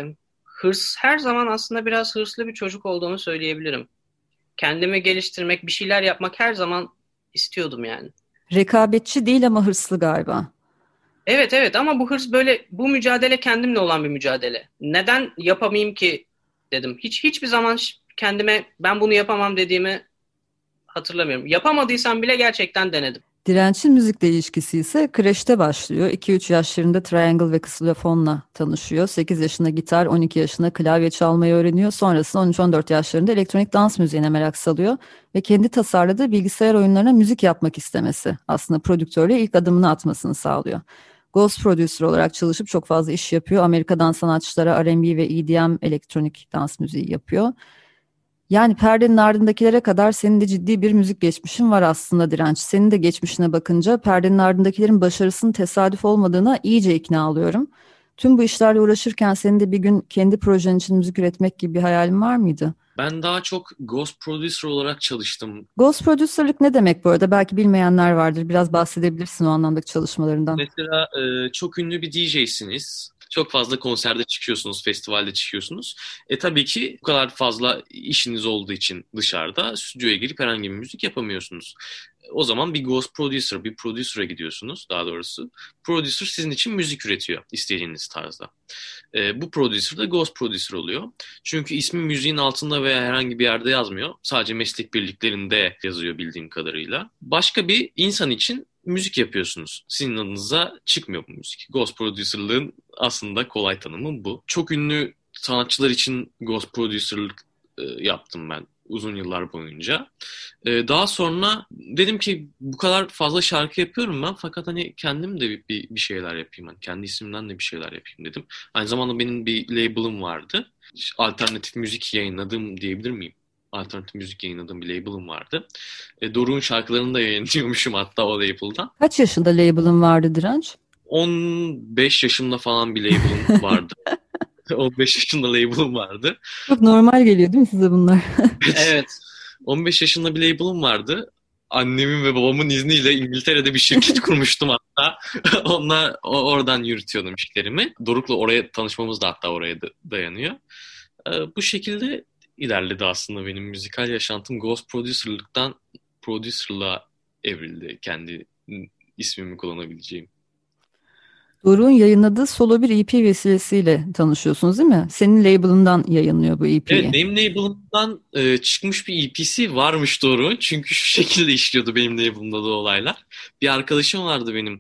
hırs her zaman aslında biraz hırslı bir çocuk olduğunu söyleyebilirim. Kendimi geliştirmek, bir şeyler yapmak her zaman istiyordum yani. Rekabetçi değil ama hırslı galiba. Evet evet ama bu hırs böyle bu mücadele kendimle olan bir mücadele. Neden yapamayayım ki dedim. Hiçbir zaman kendime ben bunu yapamam dediğimi hatırlamıyorum. Yapamadıysam bile gerçekten denedim. Direnç'in müzikle ilişkisi ise kreşte başlıyor. 2-3 yaşlarında triangle ve ksilyofonla tanışıyor. 8 yaşında gitar, 12 yaşında klavye çalmayı öğreniyor. Sonrasında 13-14 yaşlarında elektronik dans müziğine merak salıyor. Ve kendi tasarladığı bilgisayar oyunlarına müzik yapmak istemesi aslında prodüktörle ilk adımını atmasını sağlıyor. Ghost producer olarak çalışıp çok fazla iş yapıyor. Amerika'dan sanatçılara R&B ve EDM elektronik dans müziği yapıyor. Yani perdenin ardındakilere kadar senin de ciddi bir müzik geçmişin var aslında Direnç. Senin de geçmişine bakınca perdenin ardındakilerin başarısının tesadüf olmadığına iyice ikna oluyorum. Tüm bu işlerle uğraşırken senin de bir gün kendi projen için müzik üretmek gibi bir hayalin var mıydı? Ben daha çok ghost producer olarak çalıştım. Ghost producerlık ne demek bu arada? Belki bilmeyenler vardır. Biraz bahsedebilirsin o anlamdaki çalışmalarından. Mesela çok ünlü bir DJ'siniz. Çok fazla konserde çıkıyorsunuz, festivalde çıkıyorsunuz. Tabii ki bu kadar fazla işiniz olduğu için dışarıda stüdyoya girip herhangi bir müzik yapamıyorsunuz. O zaman bir ghost producer, bir producer'a gidiyorsunuz daha doğrusu. Producer sizin için müzik üretiyor istediğiniz tarzda. Bu producer da ghost producer oluyor. Çünkü ismi müziğin altında veya herhangi bir yerde yazmıyor. Sadece meslek birliklerinde yazıyor bildiğim kadarıyla. Başka bir insan için müzik yapıyorsunuz. Sizin adınıza çıkmıyor bu müzik. Ghost producer'lığın aslında kolay tanımı bu. Çok ünlü sanatçılar için ghost producer'lık yaptım ben. uzun yıllar boyunca. Daha sonra dedim ki bu kadar fazla şarkı yapıyorum ben, fakat hani kendim de bir şeyler yapayım. Hani kendi isimden de bir şeyler yapayım dedim. Aynı zamanda benim bir label'ım vardı. Alternatif müzik yayınladığım diyebilir miyim? Alternatif müzik yayınladığım bir label'ım vardı. Doruk'un şarkılarını da yayınlıyormuşum hatta o label'dan. Kaç yaşında label'ın vardı Direnç? 15 yaşımda falan bir label'ım vardı. 15 yaşında label'ım vardı. Çok normal geliyor değil mi size bunlar? Evet. 15 yaşında bir label'ım vardı. Annemin ve babamın izniyle İngiltere'de bir şirket kurmuştum hatta. Oradan yürütüyordum işlerimi. Doruk'la oraya tanışmamız da hatta oraya dayanıyor. Bu şekilde ilerledi aslında benim müzikal yaşantım. Ghost Producer'lığa evrildi, kendi ismimi kullanabileceğim. Doruk'un yayınladığı solo bir EP vesilesiyle tanışıyorsunuz değil mi? Senin label'ından yayınlıyor bu EP'yi. Evet, benim label'ımdan çıkmış bir EP'si varmış Doruk'un. Çünkü şu şekilde işliyordu benim label'ımda da olaylar. Bir arkadaşım vardı benim.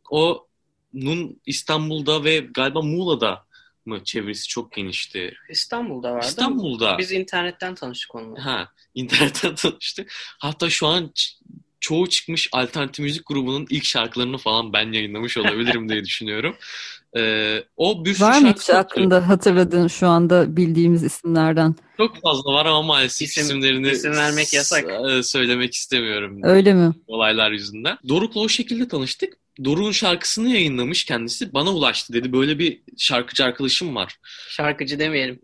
Onun İstanbul'da ve galiba Muğla'da mı çevresi çok genişti. İstanbul'da vardı. İstanbul'da. Biz internetten tanıştık onunla. İnternetten tanıştık. Hatta şu an çoğu çıkmış alternatif müzik grubunun ilk şarkılarını falan ben yayınlamış olabilirim diye düşünüyorum. O bir sürü var mı hiç şarkı aklında hatırladığın şu anda bildiğimiz isimlerden? çok fazla var ama maalesef isimlerini isim vermek yasak. Söylemek istemiyorum. Öyle mi? Olaylar yüzünden. Doruk'la o şekilde tanıştık. Doruk'un şarkısını yayınlamış kendisi. Bana ulaştı dedi. Böyle bir şarkıcı arkadaşım var. Şarkıcı demeyelim.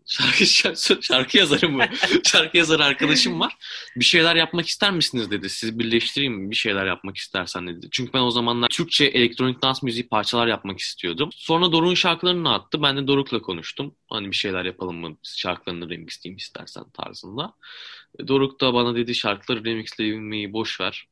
Şarkı yazarı mı? Şarkı yazarı arkadaşım var. Bir şeyler yapmak ister misiniz dedi. Sizi birleştireyim mi? Bir şeyler yapmak istersen dedi. Çünkü ben o zamanlar Türkçe elektronik dans müziği parçalar yapmak istiyordum. Sonra Doruk'un şarkılarını attı. Ben de Doruk'la konuştum. Hani bir şeyler yapalım mı? Şarkılarını remixleyeyim istersen tarzında. Doruk da bana dedi şarkıları remixleyebilmeyi boş ver.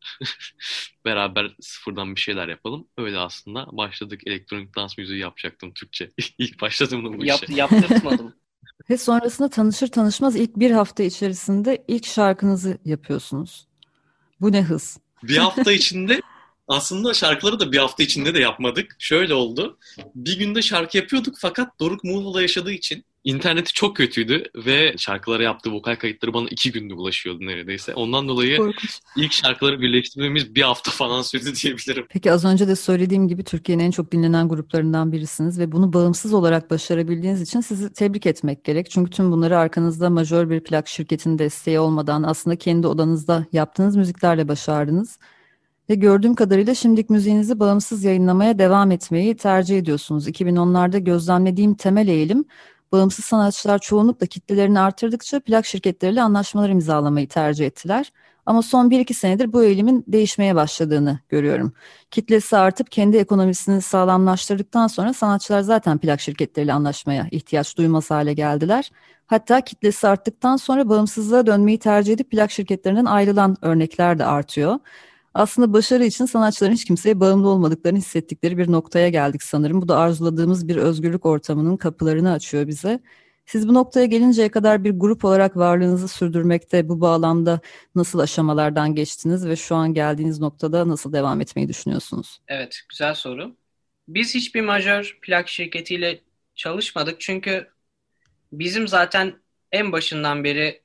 Beraber sıfırdan bir şeyler yapalım. Öyle aslında başladık. Elektronik dans müziği yapacaktım Türkçe. İlk başladığımda bu işe. Yaptırtmadım. Ve sonrasında tanışır tanışmaz ilk bir hafta içerisinde ilk şarkınızı yapıyorsunuz. Bu ne hız? Bir hafta içinde aslında şarkıları da bir hafta içinde de yapmadık. Şöyle oldu. Bir günde şarkı yapıyorduk fakat Doruk Muğla'da yaşadığı için interneti çok kötüydü ve şarkılara yaptığı vokal kayıtları bana 2 günde ulaşıyordu neredeyse. Ondan dolayı Korkunç. ilk şarkıları birleştirmemiz bir hafta falan sürdü diyebilirim. Peki az önce de söylediğim gibi Türkiye'nin en çok dinlenen gruplarından birisiniz ve bunu bağımsız olarak başarabildiğiniz için sizi tebrik etmek gerek. Çünkü tüm bunları arkanızda majör bir plak şirketinin desteği olmadan aslında kendi odanızda yaptığınız müziklerle başardınız. Ve gördüğüm kadarıyla şimdilik müziğinizi bağımsız yayınlamaya devam etmeyi tercih ediyorsunuz. 2010'larda gözlemlediğim temel eğilim, bağımsız sanatçılar çoğunlukla kitlelerini artırdıkça plak şirketleriyle anlaşmalar imzalamayı tercih ettiler. Ama son 1-2 senedir bu eğilimin değişmeye başladığını görüyorum. Kitlesi artıp kendi ekonomisini sağlamlaştırdıktan sonra sanatçılar zaten plak şirketleriyle anlaşmaya ihtiyaç duymaz hale geldiler. Hatta kitlesi arttıktan sonra bağımsızlığa dönmeyi tercih edip plak şirketlerinden ayrılan örnekler de artıyor. Aslında başarı için sanatçıların hiç kimseye bağımlı olmadıklarını hissettikleri bir noktaya geldik sanırım. Bu da arzuladığımız bir özgürlük ortamının kapılarını açıyor bize. Siz bu noktaya gelinceye kadar bir grup olarak varlığınızı sürdürmekte bu bağlamda nasıl aşamalardan geçtiniz ve şu an geldiğiniz noktada nasıl devam etmeyi düşünüyorsunuz? Evet, güzel soru. Biz hiçbir majör plak şirketiyle çalışmadık çünkü bizim zaten en başından beri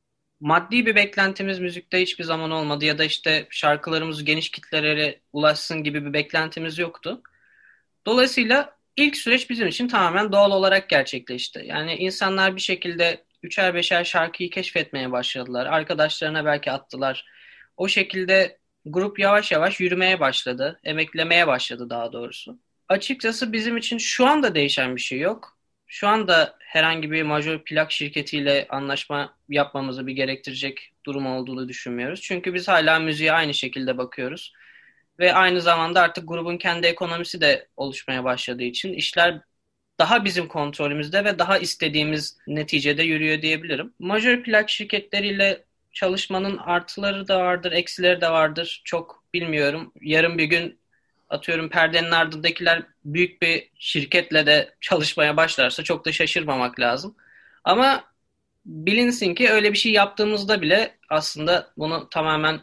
maddi bir beklentimiz müzikte hiçbir zaman olmadı ya da işte şarkılarımız geniş kitlelere ulaşsın gibi bir beklentimiz yoktu. Dolayısıyla ilk süreç bizim için tamamen doğal olarak gerçekleşti. Yani insanlar bir şekilde 3'er 5'er şarkıyı keşfetmeye başladılar. Arkadaşlarına belki attılar. O şekilde grup yavaş yavaş yürümeye başladı. Emeklemeye başladı daha doğrusu. Açıkçası bizim için şu anda değişen bir şey yok. Şu anda herhangi bir majör plak şirketiyle anlaşma yapmamızı bir gerektirecek durum olduğunu düşünmüyoruz. Çünkü biz hala müziğe aynı şekilde bakıyoruz. Ve aynı zamanda artık grubun kendi ekonomisi de oluşmaya başladığı için işler daha bizim kontrolümüzde ve daha istediğimiz neticede yürüyor diyebilirim. Majör plak şirketleriyle çalışmanın artıları da vardır, eksileri de vardır. Çok bilmiyorum. Yarın bir gün atıyorum perdenin ardındakiler büyük bir şirketle de çalışmaya başlarsa çok da şaşırmamak lazım. Ama bilinsin ki öyle bir şey yaptığımızda bile aslında bunu tamamen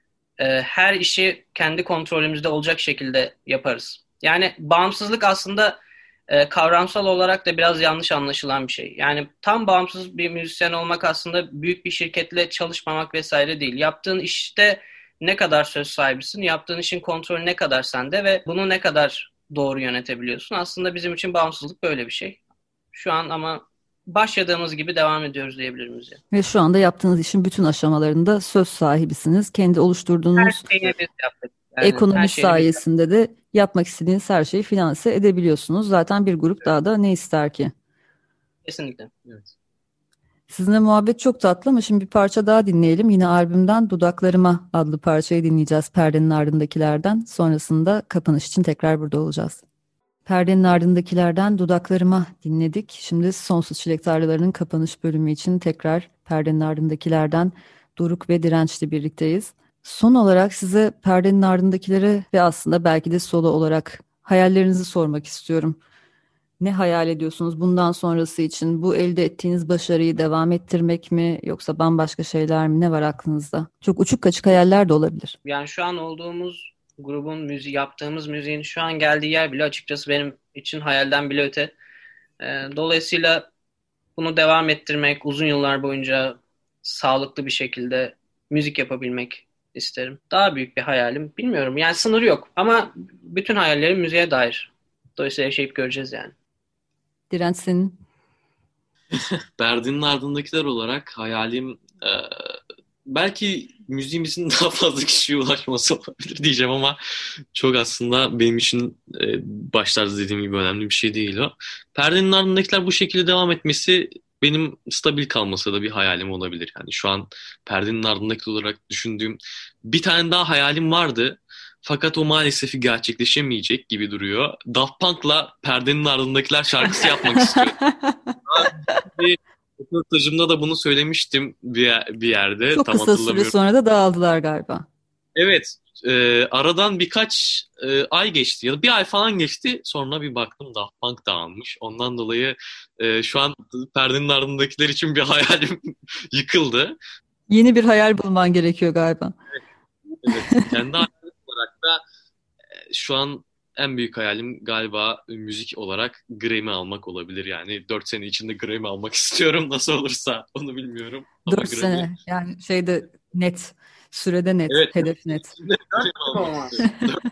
her işi kendi kontrolümüzde olacak şekilde yaparız. Yani bağımsızlık aslında kavramsal olarak da biraz yanlış anlaşılan bir şey. Yani tam bağımsız bir müzisyen olmak aslında büyük bir şirketle çalışmamak vesaire değil. Yaptığın işte ne kadar söz sahibisin, yaptığın işin kontrolü ne kadar sende ve bunu ne kadar doğru yönetebiliyorsun. Aslında bizim için bağımsızlık böyle bir şey. Şu an ama başladığımız gibi devam ediyoruz diyebilir miyiz? Ve şu anda yaptığınız işin bütün aşamalarında söz sahibisiniz. Kendi Her oluşturduğunuz şeyini biz yaptık. Yani her ekonomi şeyini biz yaptık. sayesinde de yapmak istediğiniz her şeyi finanse edebiliyorsunuz. Zaten bir grup daha da ne ister ki? Kesinlikle. Evet. Sizinle muhabbet çok tatlı ama şimdi bir parça daha dinleyelim. Yine albümden Dudaklarıma adlı parçayı dinleyeceğiz perdenin ardındakilerden. Sonrasında kapanış için tekrar burada olacağız. Perdenin ardındakilerden Dudaklarıma dinledik. Şimdi Sonsuz Çilek Tarlaları'nın kapanış bölümü için tekrar perdenin ardındakilerden Doruk ve Direnç'le birlikteyiz. Son olarak size perdenin ardındakileri ve aslında belki de solo olarak hayallerinizi sormak istiyorum. Ne hayal ediyorsunuz bundan sonrası için? Bu elde ettiğiniz başarıyı devam ettirmek mi yoksa bambaşka şeyler mi? Ne var aklınızda? Çok uçuk kaçık hayaller de olabilir. Yani şu an olduğumuz grubun yaptığımız müziğin şu an geldiği yer bile açıkçası benim için hayalden bile öte. Dolayısıyla bunu devam ettirmek, uzun yıllar boyunca sağlıklı bir şekilde müzik yapabilmek isterim. Daha büyük bir hayalim. Bilmiyorum. Yani sınır yok. Ama bütün hayallerim müziğe dair. Dolayısıyla yaşayıp göreceğiz yani. Direnç senin. Perdenin ardındakiler olarak hayalim belki müziğimizin daha fazla kişiye ulaşması olabilir diyeceğim ama çok aslında benim için başlarda dediğim gibi önemli bir şey değil o. Perdenin ardındakiler bu şekilde devam etmesi benim stabil kalması da bir hayalim olabilir. Yani şu an perdenin ardındaki olarak düşündüğüm bir tane daha hayalim vardı. Fakat o maalesef gerçekleşemeyecek gibi duruyor. Daft Punk'la Perdenin Ardındakiler şarkısı yapmak istiyorum. Bir röportajımda da bunu söylemiştim bir yerde. Çok Tam kısa süre hatırlamıyorum. sonra da dağıldılar galiba. Evet. Aradan birkaç ay geçti ya da bir ay falan geçti. Sonra bir baktım Daft Punk dağılmış. Ondan dolayı şu an Perdenin Ardındakiler için bir hayalim yıkıldı. Yeni bir hayal bulman gerekiyor galiba. Evet. Kendi hayalim olarak da şu an en büyük hayalim galiba müzik olarak Grammy almak olabilir. Yani 4 sene içinde Grammy almak istiyorum. Nasıl olursa onu bilmiyorum. Ama 4 Grammy... sene yani şeyde net, sürede net, Evet. hedef net. Grammy almak istiyorum.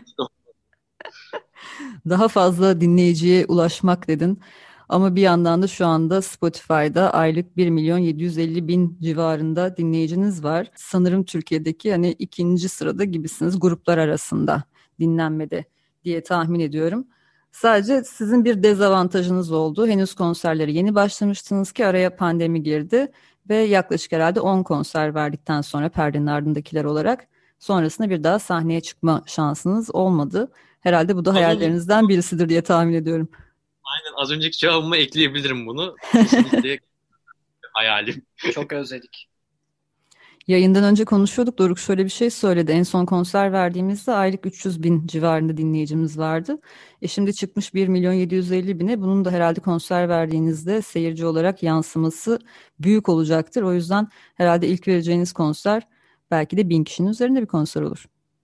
Daha fazla dinleyiciye ulaşmak dedin. Ama bir yandan da şu anda Spotify'da aylık 1.750.000 civarında dinleyiciniz var. Sanırım Türkiye'deki hani ikinci sırada gibisiniz gruplar arasında dinlenmede diye tahmin ediyorum. Sadece sizin bir dezavantajınız oldu. Henüz konserlere yeni başlamıştınız ki araya pandemi girdi ve yaklaşık herhalde 10 konser verdikten sonra perdenin ardındakiler olarak sonrasında bir daha sahneye çıkma şansınız olmadı. Herhalde bu da hayallerinizden birisidir diye tahmin ediyorum. Aynen az önceki cevabıma ekleyebilirim bunu. Kesinlikle hayalim. Çok özledik. Yayından önce konuşuyorduk. Doruk şöyle bir şey söyledi. En son konser verdiğimizde aylık 300.000 civarında dinleyicimiz vardı. Şimdi çıkmış 1.750.000'e. Bunun da herhalde konser verdiğinizde seyirci olarak yansıması büyük olacaktır. O yüzden herhalde ilk vereceğiniz konser belki de 1.000 kişinin üzerinde bir konser olur.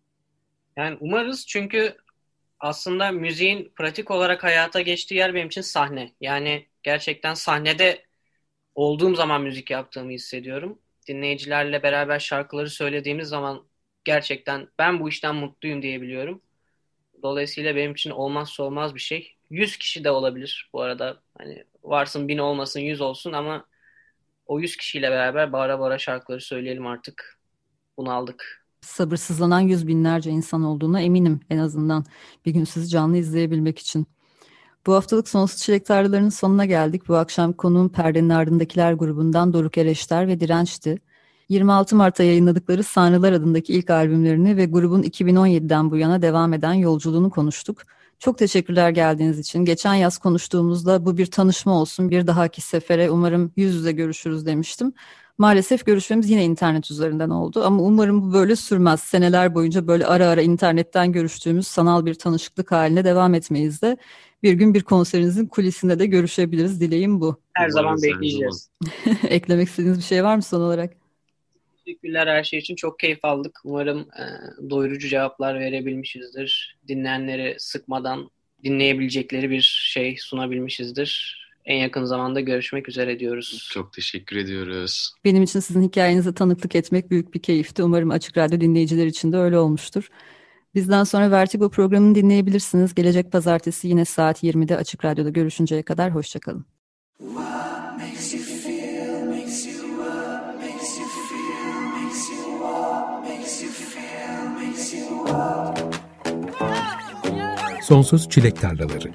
Yani umarız çünkü aslında müziğin pratik olarak hayata geçtiği yer benim için sahne. Yani gerçekten sahnede olduğum zaman müzik yaptığımı hissediyorum. Dinleyicilerle beraber şarkıları söylediğimiz zaman gerçekten ben bu işten mutluyum diyebiliyorum. Dolayısıyla benim için olmazsa olmaz bir şey. 100 kişi de olabilir bu arada. Hani varsın 1000 olmasın 100 olsun ama o 100 kişiyle beraber bağıra bağıra şarkıları söyleyelim artık. Bunu aldık. Sabırsızlanan yüz binlerce insan olduğuna eminim en azından bir gün sizi canlı izleyebilmek için. Bu haftalık Sonsuz Çilek Tarlaları'nın sonuna geldik. Bu akşam konuğum Perdenin Ardındakiler grubundan Doruk Ereşter ve Direnç'ti. 26 Mart'ta yayınladıkları Sanrılar adındaki ilk albümlerini ve grubun 2017'den bu yana devam eden yolculuğunu konuştuk. Çok teşekkürler geldiğiniz için. Geçen yaz konuştuğumuzda bu bir tanışma olsun, bir dahaki sefere umarım yüz yüze görüşürüz demiştim. Maalesef görüşmemiz yine internet üzerinden oldu ama umarım bu böyle sürmez. Seneler boyunca böyle ara ara internetten görüştüğümüz sanal bir tanışıklık haline devam etmeyiz de bir gün bir konserinizin kulisinde de görüşebiliriz. Dileğim bu. Her zaman bekleyeceğiz. Eklemek istediğiniz bir şey var mı son olarak? Teşekkürler her şey için. Çok keyif aldık. Umarım doyurucu cevaplar verebilmişizdir. Dinleyenleri sıkmadan dinleyebilecekleri bir şey sunabilmişizdir. En yakın zamanda görüşmek üzere diyoruz. Çok teşekkür ediyoruz. Benim için sizin hikayenize tanıklık etmek büyük bir keyifti. Umarım Açık Radyo dinleyiciler için de öyle olmuştur. Bizden sonra Vertigo programını dinleyebilirsiniz. Gelecek pazartesi yine saat 20'de Açık Radyo'da görüşünceye kadar hoşçakalın. Sonsuz Çilek Tarlaları.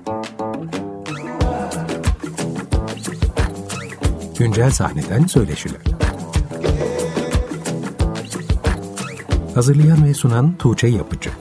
Güncel sahneden söyleşiler. Hazırlayan ve sunan Tuğçe Yapıcı.